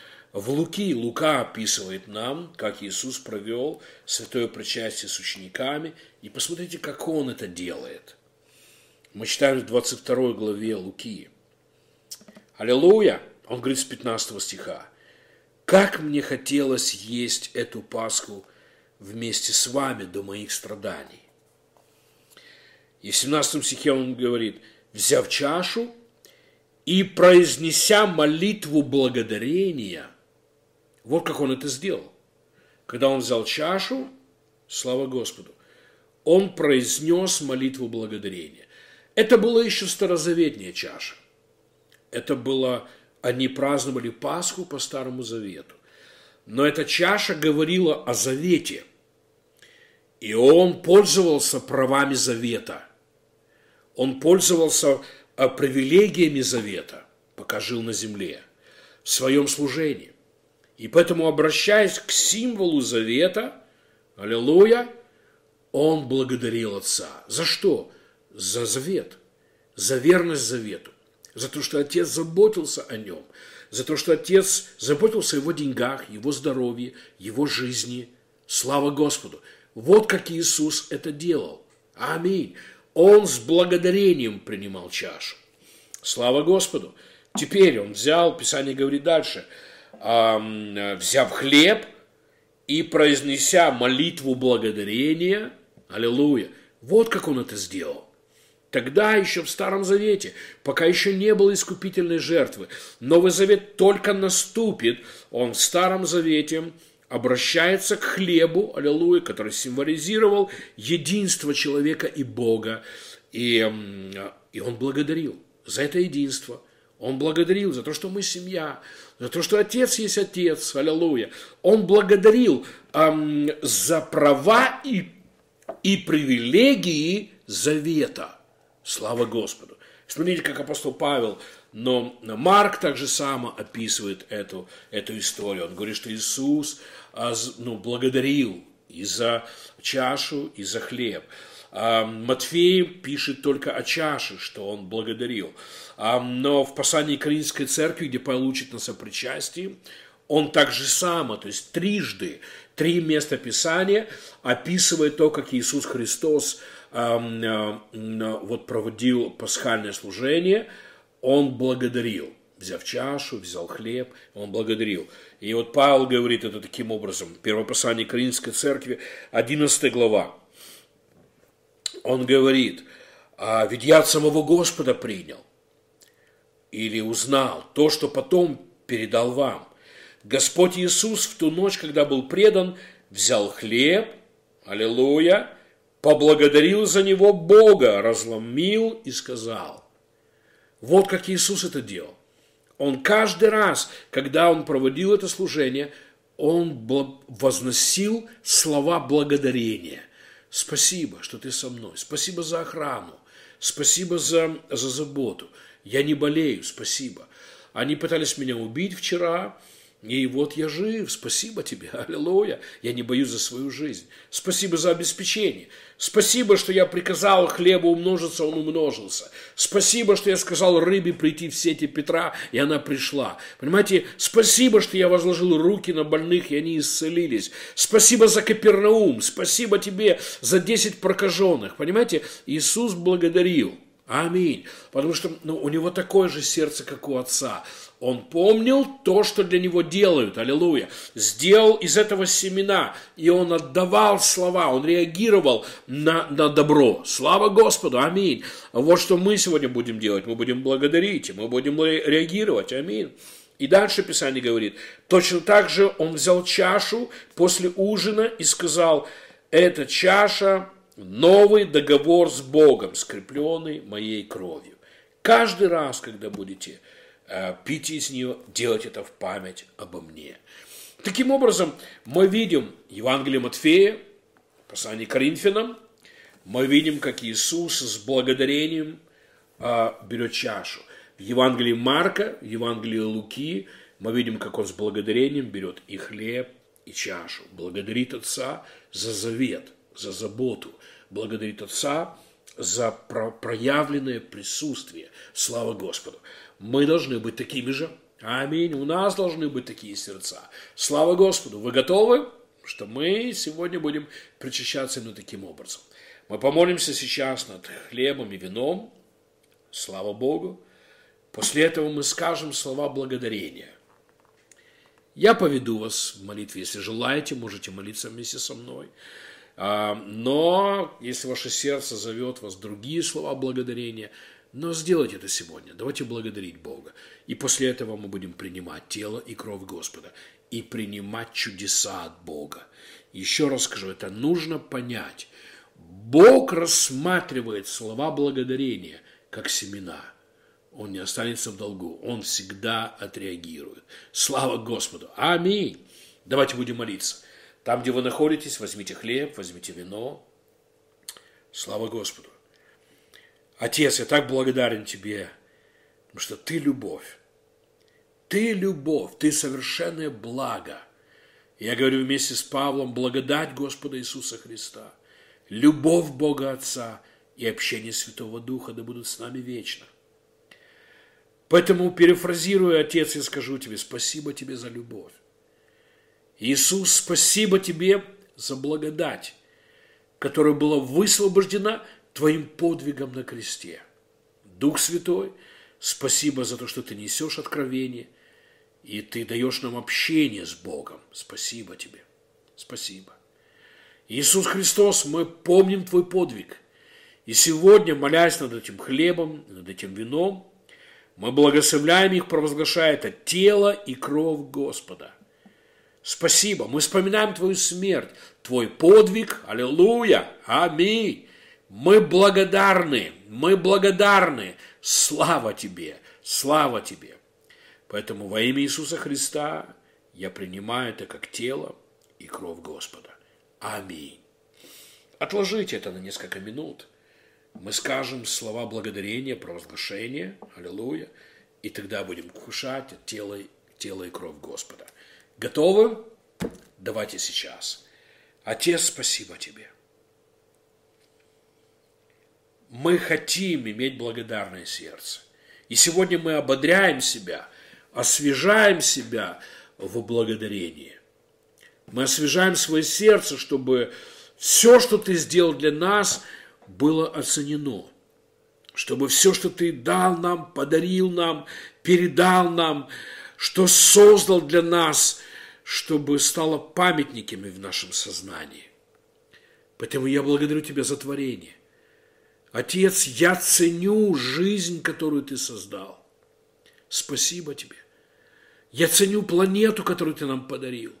Лука описывает нам, как Иисус провел святое причастие с учениками. И посмотрите, как Он это делает. Мы читаем в 22 главе Луки. Аллилуйя! Он говорит с 15 стиха. «Как мне хотелось есть эту Пасху вместе с вами до моих страданий». И в 17 стихе он говорит, «Взяв чашу и произнеся молитву благодарения». Вот как он это сделал. Когда он взял чашу, слава Господу, он произнес молитву благодарения. Это была еще старозаветная чаша. Это было, они праздновали Пасху по Старому Завету. Но эта чаша говорила о завете. И он пользовался правами завета. Он пользовался привилегиями завета, пока жил на земле, в своем служении. И поэтому, обращаясь к символу завета, аллилуйя, он благодарил Отца. За что? За завет, за верность завету, за то, что Отец заботился о нем, за то, что Отец заботился о его деньгах, его здоровье, его жизни. Слава Господу! Вот как Иисус это делал. Аминь. Он с благодарением принимал чашу. Слава Господу! Теперь он взял, Писание говорит дальше, взяв хлеб и произнеся молитву благодарения, аллилуйя, вот как он это сделал. Тогда еще в Старом Завете, пока еще не было искупительной жертвы, Новый Завет только наступит, он в Старом Завете обращается к хлебу, аллилуйя, который символизировал единство человека и Бога, и он благодарил за это единство. Он благодарил за то, что мы семья, за то, что Отец есть Отец, аллилуйя. Он благодарил за права и привилегии завета. Слава Господу. Смотрите, как апостол Павел, но Марк также само описывает эту историю. Он говорит, что Иисус благодарил и за чашу, и за хлеб. Матфей пишет только о чаше, что он благодарил. Но в послании к Коринфской церкви, где Павел учит нас о причастии, он так же само, то есть трижды, 3 места Писания описывает то, как Иисус Христос вот проводил пасхальное служение, он благодарил. Взяв чашу, взял хлеб, он благодарил. И вот Павел говорит это таким образом. Первое послание к Коринфской церкви, 11 глава. Он говорит: ведь я от самого Господа принял или узнал то, что потом передал вам. Господь Иисус в ту ночь, когда был предан, взял хлеб, аллилуйя, поблагодарил за него Бога, разломил и сказал. Вот как Иисус это делал. Он каждый раз, когда он проводил это служение, он возносил слова благодарения. Спасибо, что ты со мной. Спасибо за охрану. Спасибо за заботу. Я не болею, спасибо. Они пытались меня убить вчера, и вот я жив. Спасибо тебе, аллилуйя. Я не боюсь за свою жизнь. Спасибо за обеспечение. Спасибо, что я приказал хлебу умножиться, он умножился. Спасибо, что я сказал рыбе прийти в сети Петра, и она пришла. Понимаете, спасибо, что я возложил руки на больных, и они исцелились. Спасибо за Капернаум. Спасибо тебе за 10 прокаженных. Понимаете, Иисус благодарил. Аминь. Потому что у него такое же сердце, как у отца. Он помнил то, что для него делают. Аллилуйя. Сделал из этого семена. И он отдавал слова. Он реагировал на добро. Слава Господу. Аминь. Вот что мы сегодня будем делать. Мы будем благодарить. Мы будем реагировать. Аминь. И дальше Писание говорит. Точно так же он взял чашу после ужина и сказал: эта чаша — новый договор с Богом, скрепленный моей кровью. Каждый раз, когда будете пить из нее, делать это в память обо мне. Таким образом, мы видим Евангелие Матфея, послание к Коринфянам, мы видим, как Иисус с благодарением берет чашу. В Евангелии Марка, в Евангелии Луки мы видим, как он с благодарением берет и хлеб, и чашу. Благодарит Отца за завет, за заботу. Благодарит Отца за проявленное присутствие. Слава Господу. Мы должны быть такими же. Аминь. У нас должны быть такие сердца. Слава Господу. Вы готовы? Что мы сегодня будем причащаться именно таким образом. Мы помолимся сейчас над хлебом и вином. Слава Богу. После этого мы скажем слова благодарения. Я поведу вас в молитве. Если желаете, можете молиться вместе со мной. Но если ваше сердце зовет вас другие слова благодарения, но сделайте это сегодня. Давайте благодарить Бога. И после этого мы будем принимать тело и кровь Господа. И принимать чудеса от Бога. Еще раз скажу, это нужно понять. Бог рассматривает слова благодарения как семена. Он не останется в долгу. Он всегда отреагирует. Слава Господу. Аминь. Давайте будем молиться. Там, где вы находитесь, возьмите хлеб, возьмите вино. Слава Господу. Отец, я так благодарен Тебе, потому что Ты любовь. Ты любовь, Ты совершенное благо. Я говорю вместе с Павлом: благодать Господа Иисуса Христа, любовь Бога Отца и общение Святого Духа да будут с нами вечно. Поэтому, перефразируя, Отец, я скажу Тебе: спасибо Тебе за любовь. Иисус, спасибо Тебе за благодать, которая была высвобождена Твоим подвигом на кресте. Дух Святой, спасибо за то, что Ты несешь откровение, и Ты даешь нам общение с Богом. Спасибо Тебе. Спасибо. Иисус Христос, мы помним Твой подвиг. И сегодня, молясь над этим хлебом, над этим вином, мы благословляем их, провозглашая это тело и кровь Господа. Спасибо. Мы вспоминаем Твою смерть, Твой подвиг. Аллилуйя. Аминь. Мы благодарны. Мы благодарны. Слава Тебе. Слава Тебе. Поэтому во имя Иисуса Христа я принимаю это как тело и кровь Господа. Аминь. Отложите это на несколько минут. Мы скажем слова благодарения, провозглашения. Аллилуйя. И тогда будем кушать тело и кровь Господа. Готовы? Давайте сейчас. Отец, спасибо Тебе. Мы хотим иметь благодарное сердце. И сегодня мы ободряем себя, освежаем себя в благодарении. Мы освежаем свое сердце, чтобы все, что Ты сделал для нас, было оценено. Чтобы все, что Ты дал нам, подарил нам, передал нам, что создал для нас, чтобы стало памятниками в нашем сознании. Поэтому я благодарю Тебя за творение. Отец, я ценю жизнь, которую Ты создал. Спасибо Тебе. Я ценю планету, которую Ты нам подарил.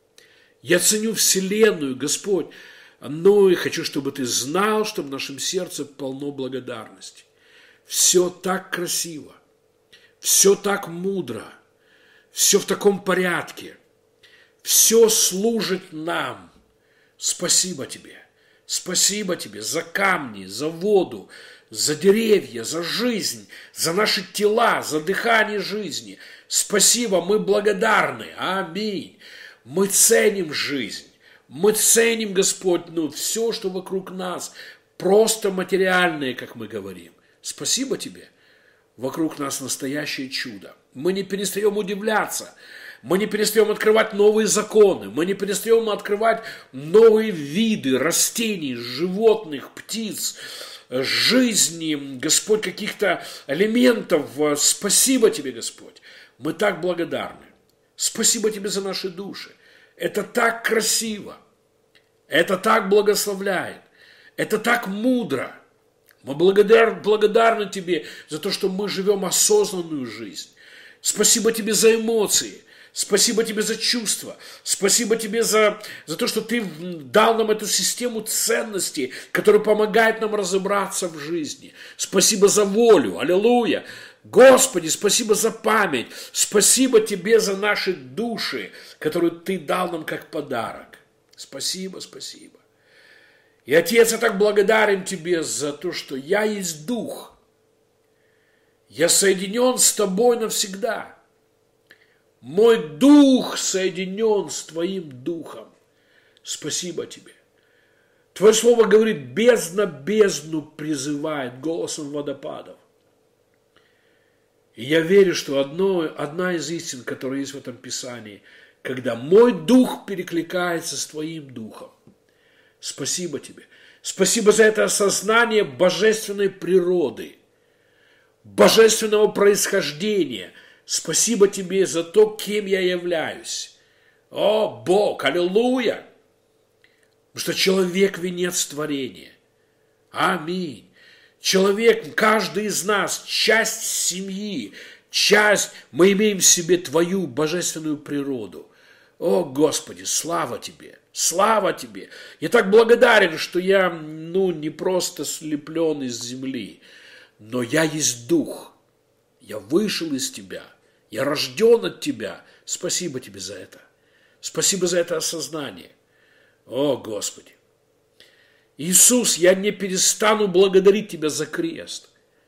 Я ценю Вселенную, Господь. Но и хочу, чтобы Ты знал, что в нашем сердце полно благодарности. Все так красиво, все так мудро, все в таком порядке. Все служит нам. Спасибо Тебе. Спасибо Тебе за камни, за воду, за деревья, за жизнь, за наши тела, за дыхание жизни. Спасибо, мы благодарны. Аминь. Мы ценим жизнь. Мы ценим, Господь, все, что вокруг нас, просто материальное, как мы говорим. Спасибо Тебе. Вокруг нас настоящее чудо. Мы не перестаем удивляться. Мы не перестаем открывать новые законы. Мы не перестаем открывать новые виды растений, животных, птиц, жизни, Господь, каких-то элементов. Спасибо Тебе, Господь. Мы так благодарны. Спасибо Тебе за наши души. Это так красиво. Это так благословляет. Это так мудро. Мы благодарны Тебе за то, что мы живем осознанную жизнь. Спасибо Тебе за эмоции. Спасибо Тебе за чувства. Спасибо Тебе за то, что Ты дал нам эту систему ценностей, которая помогает нам разобраться в жизни. Спасибо за волю. Аллилуйя. Господи, спасибо за память. Спасибо Тебе за наши души, которые Ты дал нам как подарок. Спасибо, спасибо. И, Отец, я так благодарен Тебе за то, что я есть Дух. Я соединен с Тобой навсегда. Мой дух соединен с Твоим духом. Спасибо Тебе. Твое слово говорит, бездна бездну призывает голосом водопадов. И я верю, что одна из истин, которая есть в этом Писании, когда мой дух перекликается с Твоим духом. Спасибо Тебе. Спасибо за это осознание божественной природы, божественного происхождения. Спасибо Тебе за то, кем я являюсь. О, Бог, аллилуйя! Потому что человек – венец творения. Аминь. Человек, каждый из нас, часть семьи, мы имеем в себе Твою божественную природу. О, Господи, слава Тебе, слава Тебе. Я так благодарен, что я, не просто слеплен из земли, но я есть Дух. Я вышел из Тебя, я рожден от Тебя. Спасибо Тебе за это. Спасибо за это осознание. О, Господи. Иисус, я не перестану благодарить Тебя за крест.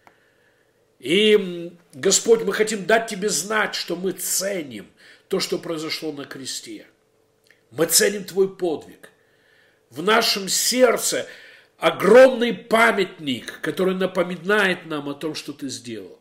И, Господь, мы хотим дать Тебе знать, что мы ценим то, что произошло на кресте. Мы ценим Твой подвиг. В нашем сердце огромный памятник, который напоминает нам о том, что Ты сделал.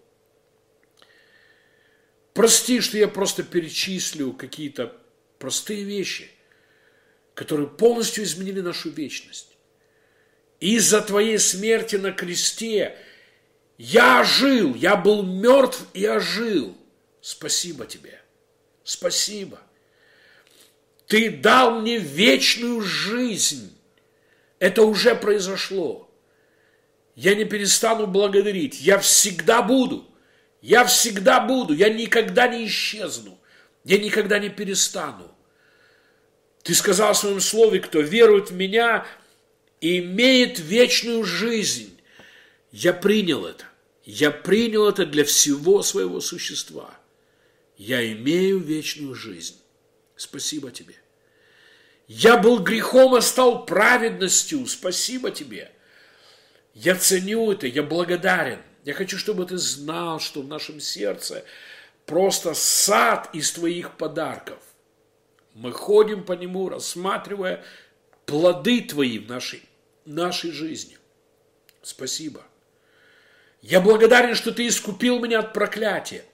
Прости, что я просто перечислю какие-то простые вещи, которые полностью изменили нашу вечность. Из-за Твоей смерти на кресте я ожил, я был мертв и ожил. Спасибо Тебе. Спасибо. Ты дал мне вечную жизнь. Это уже произошло. Я не перестану благодарить. Я всегда буду. Я всегда буду. Я никогда не исчезну. Я никогда не перестану. Ты сказал в своем слове, кто верует в меня, имеет вечную жизнь. Я принял это. Я принял это для всего своего существа. Я имею вечную жизнь. Спасибо Тебе. Я был грехом, а стал праведностью. Спасибо Тебе. Я ценю это, я благодарен. Я хочу, чтобы Ты знал, что в нашем сердце просто сад из Твоих подарков. Мы ходим по нему, рассматривая плоды Твои в нашей жизни. Спасибо. Я благодарен, что Ты искупил меня от проклятия.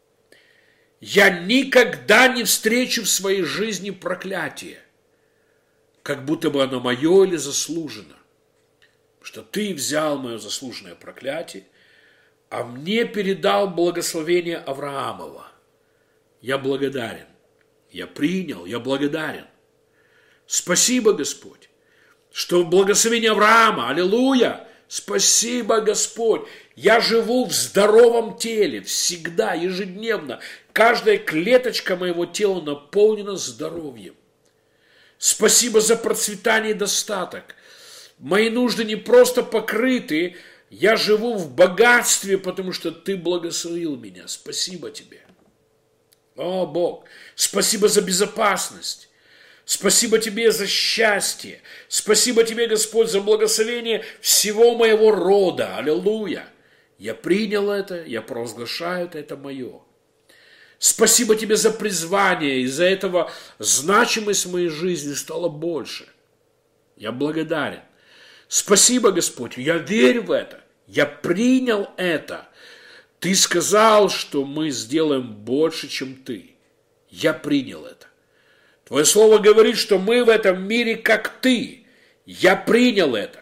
Я никогда не встречу в своей жизни проклятие, как будто бы оно мое или заслужено. Что Ты взял мое заслуженное проклятие, а мне передал благословение Авраамова. Я благодарен. Я принял, я благодарен. Спасибо, Господь, что в благословении Авраама, аллилуйя, спасибо, Господь, я живу в здоровом теле, всегда, ежедневно. Каждая клеточка моего тела наполнена здоровьем. Спасибо за процветание и достаток. Мои нужды не просто покрыты, я живу в богатстве, потому что Ты благословил меня. Спасибо Тебе. О, Бог, спасибо за безопасность. Спасибо Тебе за счастье. Спасибо Тебе, Господь, за благословение всего моего рода. Аллилуйя. Я принял это, я провозглашаю это мое. Спасибо Тебе за призвание. Из-за этого значимость в моей жизни стала больше. Я благодарен. Спасибо, Господь, я верю в это. Я принял это. Ты сказал, что мы сделаем больше, чем Ты. Я принял это. Твое слово говорит, что мы в этом мире как Ты. Я принял это.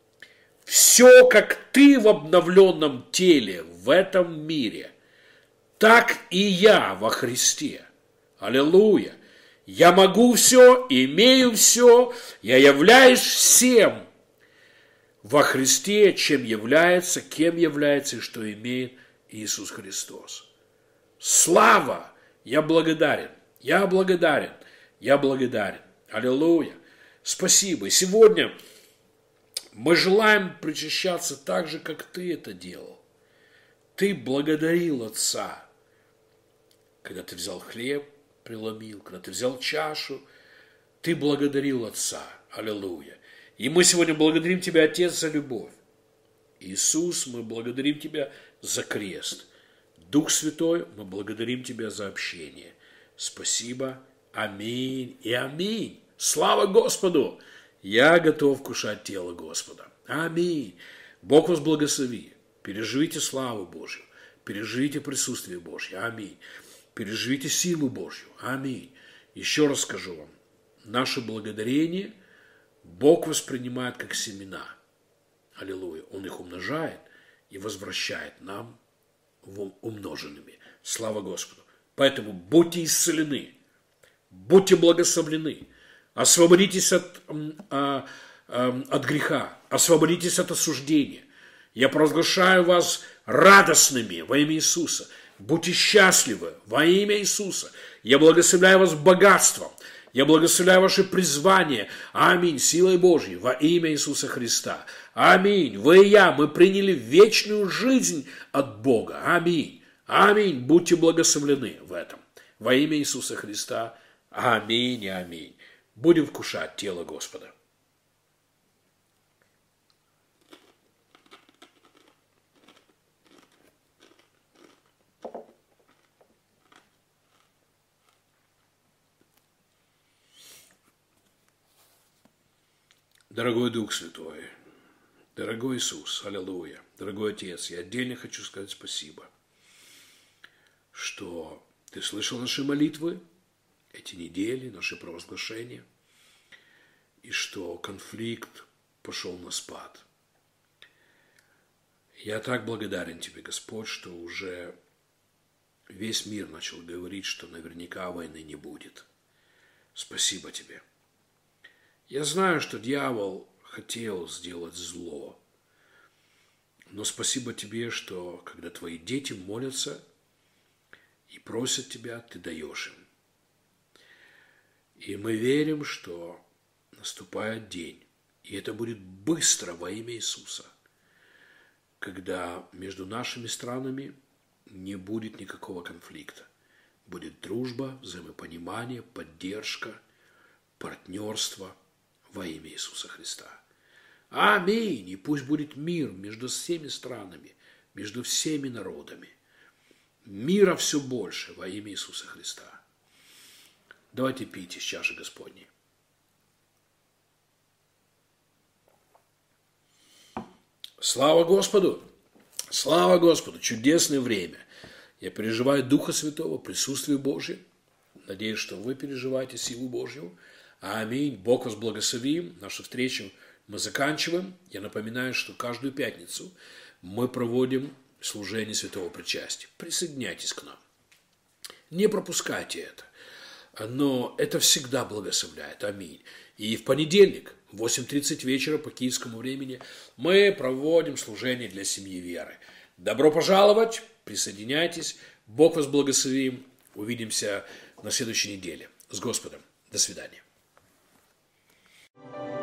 Все, как Ты в обновленном теле в этом мире, так и я во Христе. Аллилуйя. Я могу все, имею все, я являюсь всем во Христе, чем является, кем является и что имеет Иисус Христос. Слава! Я благодарен, я благодарен, я благодарен. Аллилуйя! Спасибо. И сегодня мы желаем причащаться так же, как Ты это делал. Ты благодарил Отца, когда Ты взял хлеб, преломил, когда Ты взял чашу, Ты благодарил Отца. Аллилуйя. И мы сегодня благодарим Тебя, Отец, за любовь. Иисус, мы благодарим Тебя за крест. Дух Святой, мы благодарим Тебя за общение. Спасибо. Аминь и аминь. Слава Господу! Я готов кушать тело Господа. Аминь. Бог вас благослови. Переживите славу Божью. Переживите присутствие Божье. Аминь. Переживите силу Божью. Аминь. Еще раз скажу вам. Наше благодарение Бог воспринимает как семена. Аллилуйя. Он их умножает и возвращает нам умноженными. Слава Господу. Поэтому будьте исцелены. Будьте благословлены. Освободитесь от греха. Освободитесь от осуждения. Я провозглашаю вас радостными во имя Иисуса. Будьте счастливы во имя Иисуса. Я благословляю вас богатством. Я благословляю ваше призвание. Аминь. Силой Божьей во имя Иисуса Христа. Аминь. Вы и я, мы приняли вечную жизнь от Бога. Аминь. Аминь. Будьте благословлены в этом. Во имя Иисуса Христа. Аминь и аминь. Будем вкушать тело Господа. Дорогой Дух Святой, дорогой Иисус, аллилуйя, дорогой Отец, я отдельно хочу сказать спасибо, что Ты слышал наши молитвы, эти недели, наши провозглашения, и что конфликт пошел на спад. Я так благодарен Тебе, Господь, что уже весь мир начал говорить, что наверняка войны не будет. Спасибо Тебе. Я знаю, что дьявол хотел сделать зло, но спасибо Тебе, что когда Твои дети молятся и просят Тебя, Ты даешь им. И мы верим, что наступает день, и это будет быстро во имя Иисуса, когда между нашими странами не будет никакого конфликта. Будет дружба, взаимопонимание, поддержка, партнерство во имя Иисуса Христа. Аминь. И пусть будет мир между всеми странами, между всеми народами. Мира все больше во имя Иисуса Христа. Давайте пить из чаши Господней. Слава Господу! Слава Господу! Чудесное время. Я переживаю Духа Святого, присутствие Божие. Надеюсь, что вы переживаете силу Божью. Аминь. Бог вас благослови. Нашу встречу мы заканчиваем. Я напоминаю, что каждую пятницу мы проводим служение святого причастия. Присоединяйтесь к нам. Не пропускайте это. Но это всегда благословляет. Аминь. И в понедельник в 8:30 вечера по киевскому времени мы проводим служение для семьи веры. Добро пожаловать, присоединяйтесь. Бог вас благослови. Увидимся на следующей неделе. С Господом. До свидания.